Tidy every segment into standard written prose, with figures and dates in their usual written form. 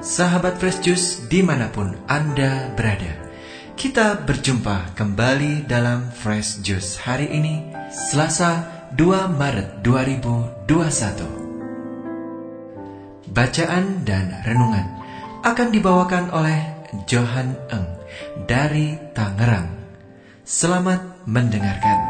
Sahabat Fresh Juice dimanapun Anda berada, kita berjumpa kembali dalam Fresh Juice hari ini, Selasa 2 Maret 2021. Bacaan dan renungan akan dibawakan oleh Johan Eng dari Tangerang. Selamat mendengarkan.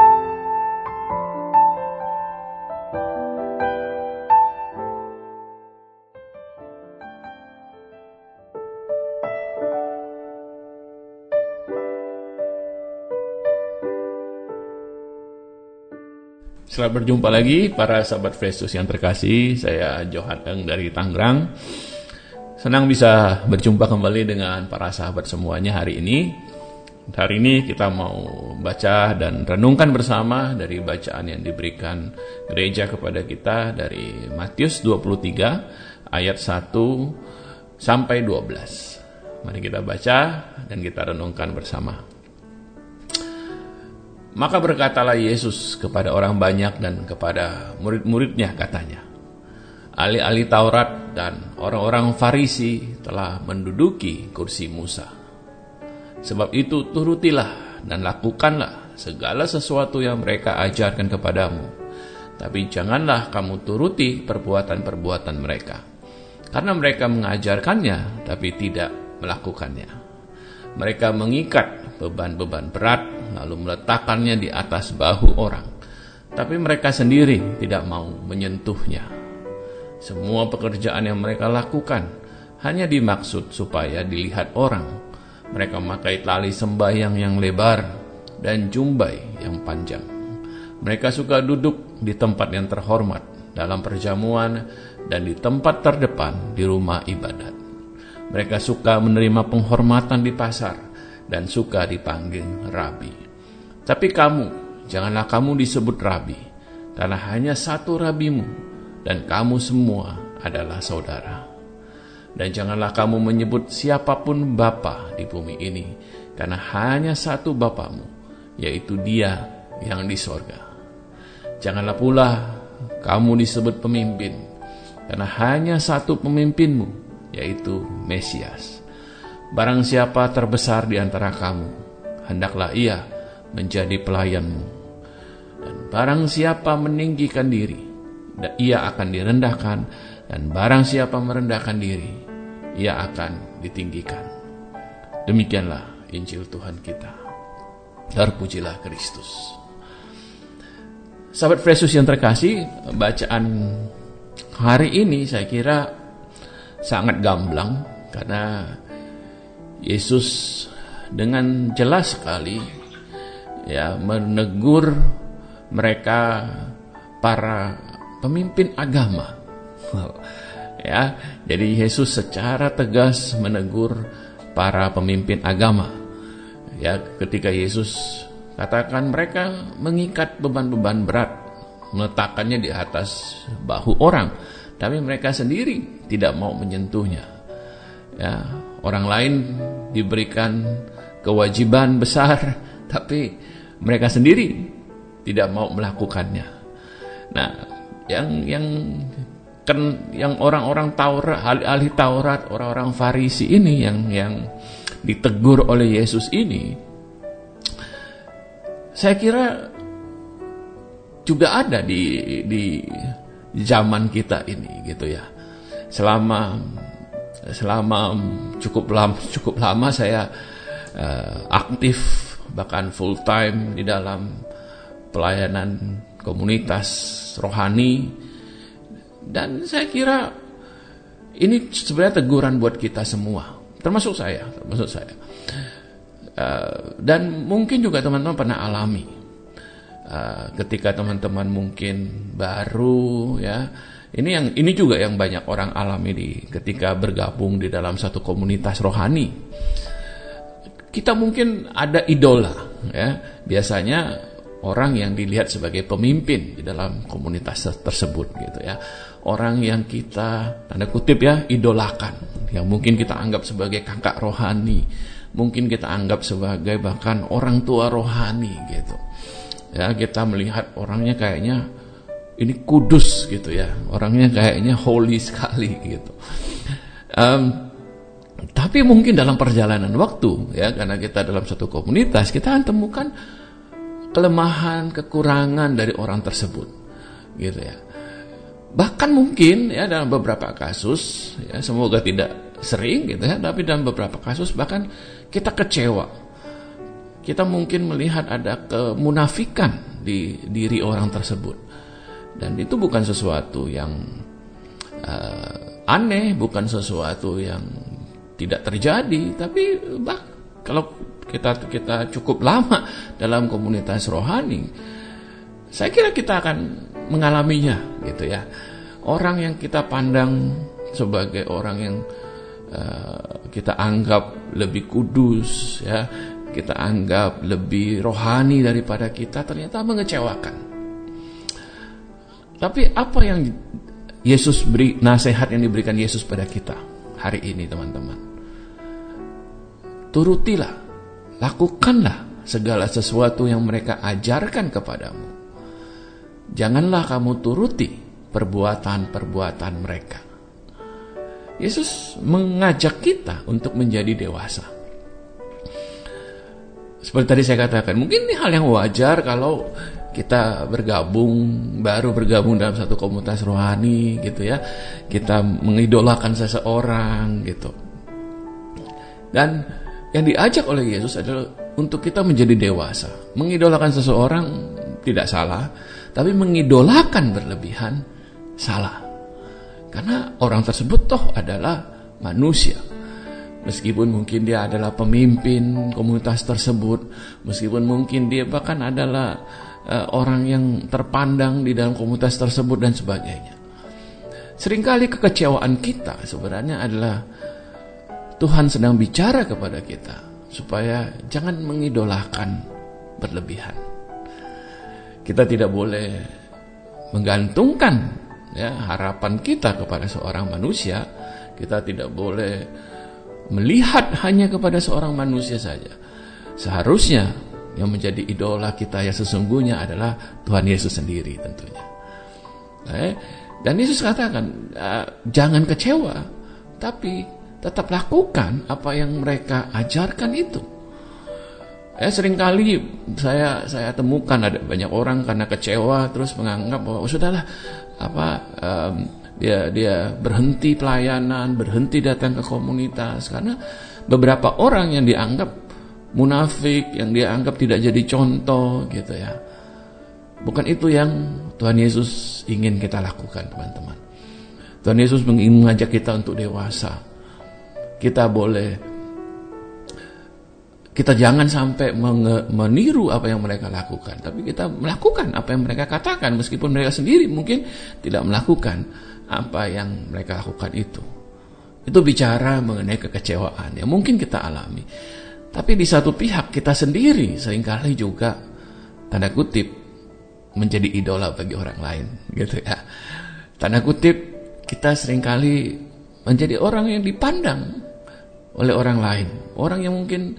Selamat berjumpa lagi para sahabat Fresh Juice yang terkasih. Saya Johan Eng dari Tangerang. Senang bisa berjumpa kembali dengan para sahabat semuanya hari ini. Hari ini kita mau baca dan renungkan bersama dari bacaan yang diberikan gereja kepada kita dari Matius 23 ayat 1 sampai 12. Mari kita baca dan kita renungkan bersama. Maka berkatalah Yesus kepada orang banyak dan kepada murid-muridnya, katanya, ahli-ahli Taurat dan orang-orang Farisi telah menduduki kursi Musa. Sebab itu turutilah dan lakukanlah segala sesuatu yang mereka ajarkan kepadamu. Tapi janganlah kamu turuti perbuatan-perbuatan mereka, karena mereka mengajarkannya tapi tidak melakukannya. Mereka mengikat beban-beban berat lalu meletakkannya di atas bahu orang, tapi mereka sendiri tidak mau menyentuhnya. Semua pekerjaan yang mereka lakukan hanya dimaksud supaya dilihat orang. Mereka memakai tali sembahyang yang lebar dan jumbai yang panjang. Mereka suka duduk di tempat yang terhormat dalam perjamuan dan di tempat terdepan di rumah ibadat. Mereka suka menerima penghormatan di pasar dan suka dipanggil rabi. Tapi kamu, janganlah kamu disebut rabi, karena hanya satu rabimu, dan kamu semua adalah saudara. Dan janganlah kamu menyebut siapapun bapa di bumi ini, karena hanya satu bapamu, yaitu Dia yang di sorga. Janganlah pula kamu disebut pemimpin, karena hanya satu pemimpinmu, yaitu Mesias. Barang siapa terbesar di antara kamu, hendaklah ia menjadi pelayanmu. Dan barang siapa meninggikan diri, ia akan direndahkan. Dan barang siapa merendahkan diri, ia akan ditinggikan. Demikianlah Injil Tuhan kita. Terpujilah Kristus. Sahabat Fresh Juice yang terkasih, bacaan hari ini saya kira sangat gamblang, karena Yesus dengan jelas sekali menegur mereka para pemimpin agama. Jadi Yesus secara tegas menegur para pemimpin agama. Ketika Yesus katakan mereka mengikat beban-beban berat, meletakkannya di atas bahu orang, tapi mereka sendiri tidak mau menyentuhnya. Orang lain diberikan kewajiban besar, tapi mereka sendiri tidak mau melakukannya. Nah, yang orang-orang Taurat, ahli Taurat, orang-orang Farisi ini yang ditegur oleh Yesus ini, saya kira juga ada di zaman kita ini, gitu ya. Selama cukup lama saya aktif, bahkan full time di dalam pelayanan komunitas rohani, dan saya kira ini sebenarnya teguran buat kita semua, termasuk saya. Dan mungkin juga teman-teman pernah alami ketika teman-teman mungkin baru Ini juga yang banyak orang alami ketika bergabung di dalam satu komunitas rohani. Kita mungkin ada idola, biasanya orang yang dilihat sebagai pemimpin di dalam komunitas tersebut, gitu ya. Orang yang kita tanda kutip idolakan, yang mungkin kita anggap sebagai kakak rohani, mungkin kita anggap sebagai bahkan orang tua rohani, gitu. Kita melihat orangnya kayaknya ini kudus, gitu ya, orangnya kayaknya holy sekali, gitu. Tapi mungkin dalam perjalanan waktu, ya, karena kita dalam satu komunitas, kita akan temukan kelemahan, kekurangan dari orang tersebut, gitu ya. Bahkan mungkin ya dalam beberapa kasus, ya, semoga tidak sering gitu ya, tapi dalam beberapa kasus bahkan kita kecewa. Kita mungkin melihat ada kemunafikan di diri orang tersebut. Dan itu bukan sesuatu yang aneh, bukan sesuatu yang tidak terjadi, tapi kalau kita cukup lama dalam komunitas rohani, saya kira kita akan mengalaminya, gitu ya. Orang yang kita pandang sebagai orang yang kita anggap lebih kudus, ya, kita anggap lebih rohani daripada kita, ternyata mengecewakan. Tapi apa yang Yesus beri, nasihat yang diberikan Yesus pada kita hari ini, teman-teman? Turutilah, lakukanlah segala sesuatu yang mereka ajarkan kepadamu. Janganlah kamu turuti perbuatan-perbuatan mereka. Yesus mengajak kita untuk menjadi dewasa. Seperti tadi saya katakan, mungkin ini hal yang wajar kalau kita baru bergabung dalam satu komunitas rohani, gitu ya. Kita mengidolakan seseorang, gitu. Dan yang diajak oleh Yesus adalah untuk kita menjadi dewasa. Mengidolakan seseorang tidak salah, tapi mengidolakan berlebihan salah. Karena orang tersebut toh adalah manusia. Meskipun mungkin dia adalah pemimpin komunitas tersebut, meskipun mungkin dia bahkan adalah orang yang terpandang di dalam komunitas tersebut dan sebagainya. Seringkali kekecewaan kita sebenarnya adalah Tuhan sedang bicara kepada kita supaya jangan mengidolakan berlebihan. Kita tidak boleh menggantungkan, ya, harapan kita kepada seorang manusia. Kita tidak boleh melihat hanya kepada seorang manusia saja. Seharusnya yang menjadi idola kita yang sesungguhnya adalah Tuhan Yesus sendiri tentunya. Dan Yesus katakan, jangan kecewa, tapi tetap lakukan apa yang mereka ajarkan itu. Seringkali saya temukan ada banyak orang karena kecewa terus menganggap bahwa sudahlah, dia berhenti pelayanan, berhenti datang ke komunitas karena beberapa orang yang dianggap munafik, yang dianggap tidak jadi contoh, gitu ya. Bukan itu yang Tuhan Yesus ingin kita lakukan, teman-teman. Tuhan Yesus ingin mengajak kita untuk dewasa. Kita jangan sampai meniru apa yang mereka lakukan, tapi kita melakukan apa yang mereka katakan, meskipun mereka sendiri mungkin tidak melakukan apa yang mereka lakukan itu. Itu bicara mengenai kekecewaan yang mungkin kita alami. Tapi di satu pihak kita sendiri seringkali juga tanda kutip menjadi idola bagi orang lain, gitu ya. Tanda kutip kita seringkali menjadi orang yang dipandang oleh orang lain, orang yang mungkin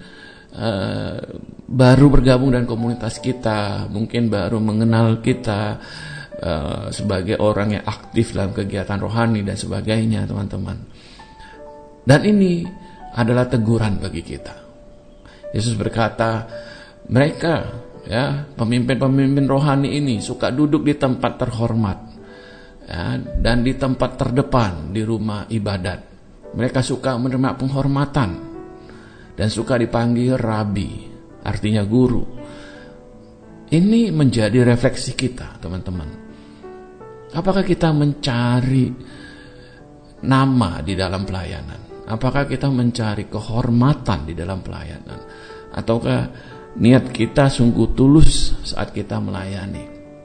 baru bergabung dengan komunitas kita, mungkin baru mengenal kita sebagai orang yang aktif dalam kegiatan rohani dan sebagainya, teman-teman. Dan ini adalah teguran bagi kita. Yesus berkata, mereka, ya, pemimpin-pemimpin rohani ini suka duduk di tempat terhormat, ya, dan di tempat terdepan di rumah ibadat. Mereka suka menerima penghormatan dan suka dipanggil rabi, artinya guru. Ini menjadi refleksi kita, teman-teman. Apakah kita mencari nama di dalam pelayanan? Apakah kita mencari kehormatan di dalam pelayanan? Ataukah niat kita sungguh tulus saat kita melayani?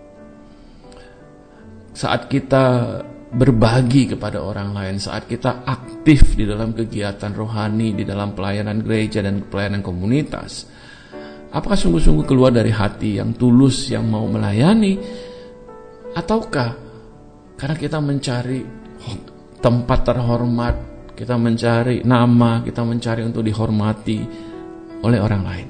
Saat kita berbagi kepada orang lain, saat kita aktif di dalam kegiatan rohani, di dalam pelayanan gereja dan pelayanan komunitas, apakah sungguh-sungguh keluar dari hati yang tulus, yang mau melayani? Ataukah karena kita mencari tempat terhormat, kita mencari nama, kita mencari untuk dihormati oleh orang lain?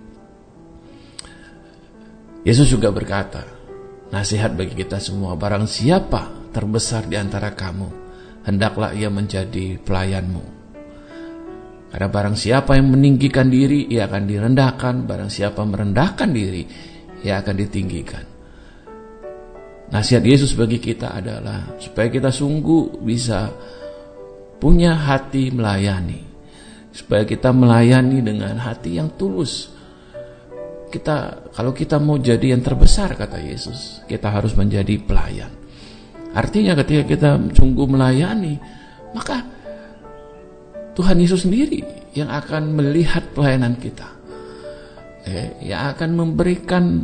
Yesus juga berkata, nasihat bagi kita semua, barang siapa terbesar di antara kamu, hendaklah ia menjadi pelayanmu. Karena barang siapa yang meninggikan diri, ia akan direndahkan. Barang siapa merendahkan diri, ia akan ditinggikan. Nasihat Yesus bagi kita adalah supaya kita sungguh bisa punya hati melayani. Supaya kita melayani dengan hati yang tulus. Kalau kita mau jadi yang terbesar, kata Yesus, kita harus menjadi pelayan. Artinya ketika kita sungguh melayani, maka Tuhan Yesus sendiri yang akan melihat pelayanan kita, yang akan memberikan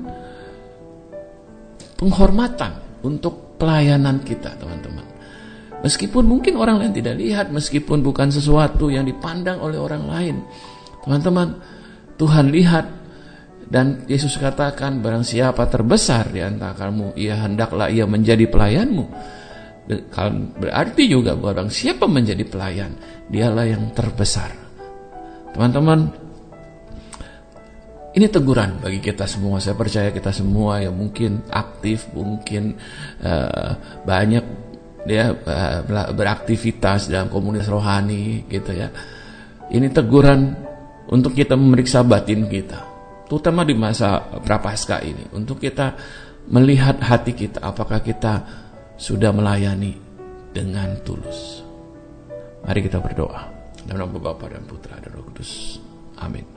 penghormatan untuk pelayanan kita, teman-teman. Meskipun mungkin orang lain tidak lihat, meskipun bukan sesuatu yang dipandang oleh orang lain, teman-teman, Tuhan lihat. Dan Yesus katakan, barang siapa terbesar di antara kamu, hendaklah ia menjadi pelayanmu. Berarti juga barang siapa menjadi pelayan, dialah yang terbesar. Teman-teman, ini teguran bagi kita semua. Saya percaya kita semua yang mungkin aktif, mungkin banyak beraktivitas dalam komunitas rohani gitu ya. Ini teguran untuk kita memeriksa batin kita, terutama di masa Prapaskah ini, untuk kita melihat hati kita, apakah kita sudah melayani dengan tulus. Mari kita berdoa. Dalam nama Bapa dan Putra dan Roh Kudus. Amin.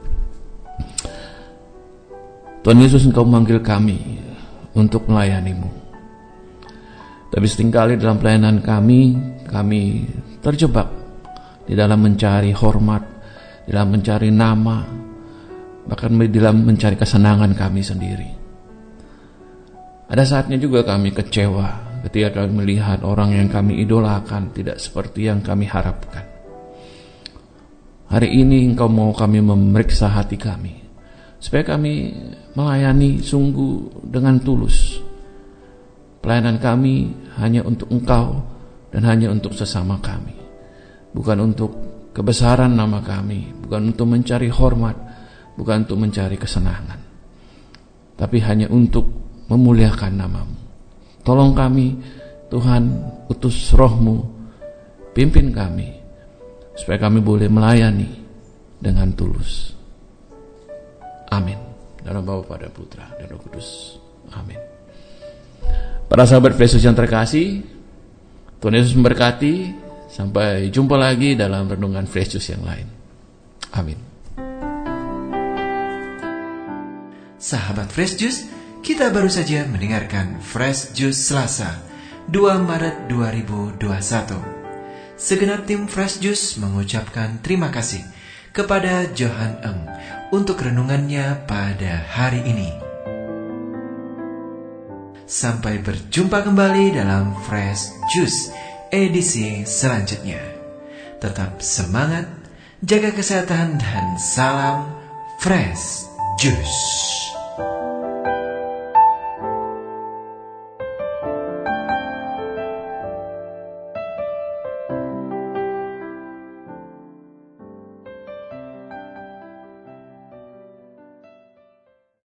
Tuhan Yesus, Engkau memanggil kami untuk melayani-Mu. Tapi seringkali dalam pelayanan kami terjebak di dalam mencari hormat, di dalam mencari nama, bahkan dalam mencari kesenangan kami sendiri. Ada saatnya juga kami kecewa ketika kami melihat orang yang kami idolakan tidak seperti yang kami harapkan. Hari ini Engkau mau kami memeriksa hati kami, supaya kami melayani sungguh dengan tulus. Pelayanan kami hanya untuk Engkau dan hanya untuk sesama kami, bukan untuk kebesaran nama kami, bukan untuk mencari hormat, bukan untuk mencari kesenangan, tapi hanya untuk memuliakan nama-Mu. Tolong kami, Tuhan, utus Roh-Mu, pimpin kami, supaya kami boleh melayani dengan tulus. Amin. Dalam nama Bapa dan Putra dan Roh Kudus. Amin. Para sahabat Yesus yang terkasih, Tuhan Yesus memberkati. Sampai jumpa lagi dalam renungan Fresh Juice yang lain. Amin. Sahabat Fresh Juice, kita baru saja mendengarkan Fresh Juice Selasa 2 Maret 2021. Segenap tim Fresh Juice mengucapkan terima kasih kepada Johan Eng untuk renungannya pada hari ini. Sampai berjumpa kembali dalam Fresh Juice edisi selanjutnya. Tetap semangat, jaga kesehatan, dan salam Fresh Juice.